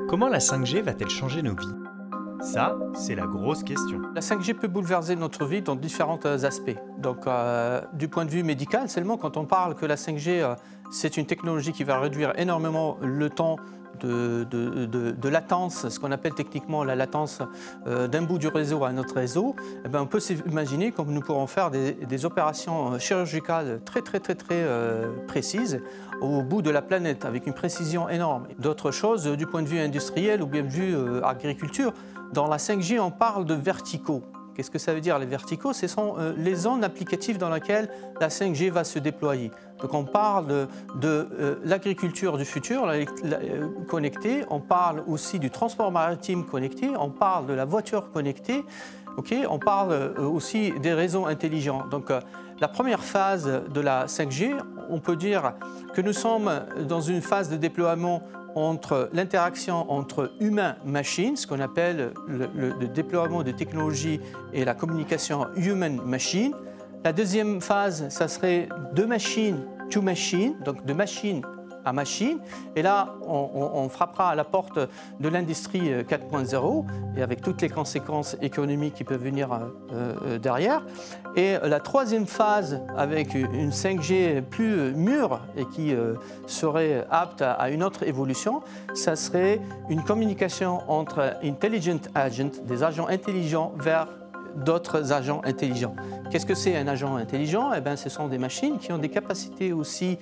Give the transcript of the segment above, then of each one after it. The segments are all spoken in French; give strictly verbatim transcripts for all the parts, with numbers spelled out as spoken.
Comment la cinq G va-t-elle changer nos vies? Ça, c'est la grosse question. La cinq G peut bouleverser notre vie dans différents aspects. Donc, euh, du point de vue médical, seulement quand on parle que la cinq G, euh, c'est une technologie qui va réduire énormément le temps de, de, de, de latence, ce qu'on appelle techniquement la latence euh, d'un bout du réseau à un autre réseau, eh bien, on peut s'imaginer comme nous pourrons faire des, des opérations chirurgicales très très très très euh, précises au bout de la planète avec une précision énorme. D'autres choses du point de vue industriel ou bien de vue euh, agriculture, dans la cinq G on parle de verticaux. Qu'est-ce que ça veut dire les verticaux? Ce sont euh, les zones applicatives dans lesquelles la cinq G va se déployer. Donc on parle de, de euh, l'agriculture du futur, la, la, euh, connectée, on parle aussi du transport maritime connecté, on parle de la voiture connectée, okay, on parle euh, aussi des réseaux intelligents. Donc euh, la première phase de la cinq G, on peut dire que nous sommes dans une phase de déploiement entre l'interaction entre humain-machine, ce qu'on appelle le, le, le déploiement de technologies et la communication human-machine. La deuxième phase, ça serait de machine to machine, donc de machine à machine. Et là, on, on, on frappera à la porte de l'industrie quatre point zéro et avec toutes les conséquences économiques qui peuvent venir euh, derrière. Et la troisième phase, avec une cinq G plus mûre et qui euh, serait apte à, à une autre évolution, ça serait une communication entre intelligent agents, des agents intelligents, vers d'autres agents intelligents. Qu'est-ce que c'est un agent intelligent? Eh bien, ce sont des machines qui ont des capacités aussi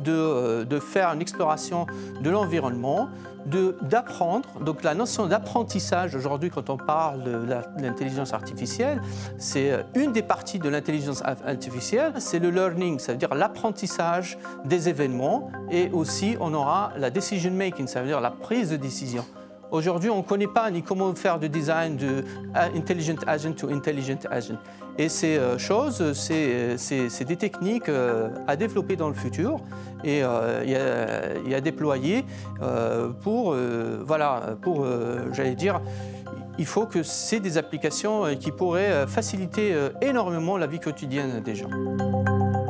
de, de faire une exploration de l'environnement, d'apprendre. Donc la notion d'apprentissage, aujourd'hui, quand on parle de l'intelligence artificielle, c'est une des parties de l'intelligence artificielle, c'est le learning, ça veut dire l'apprentissage des événements, et aussi on aura la decision making, ça veut dire la prise de décision. Aujourd'hui, on ne connaît pas ni comment faire du design de intelligent agent to intelligent agent. Et ces choses, c'est des techniques à développer dans le futur et, euh, et à déployer pour, euh, voilà, pour euh, j'allais dire, il faut que c'est des applications qui pourraient faciliter énormément la vie quotidienne des gens.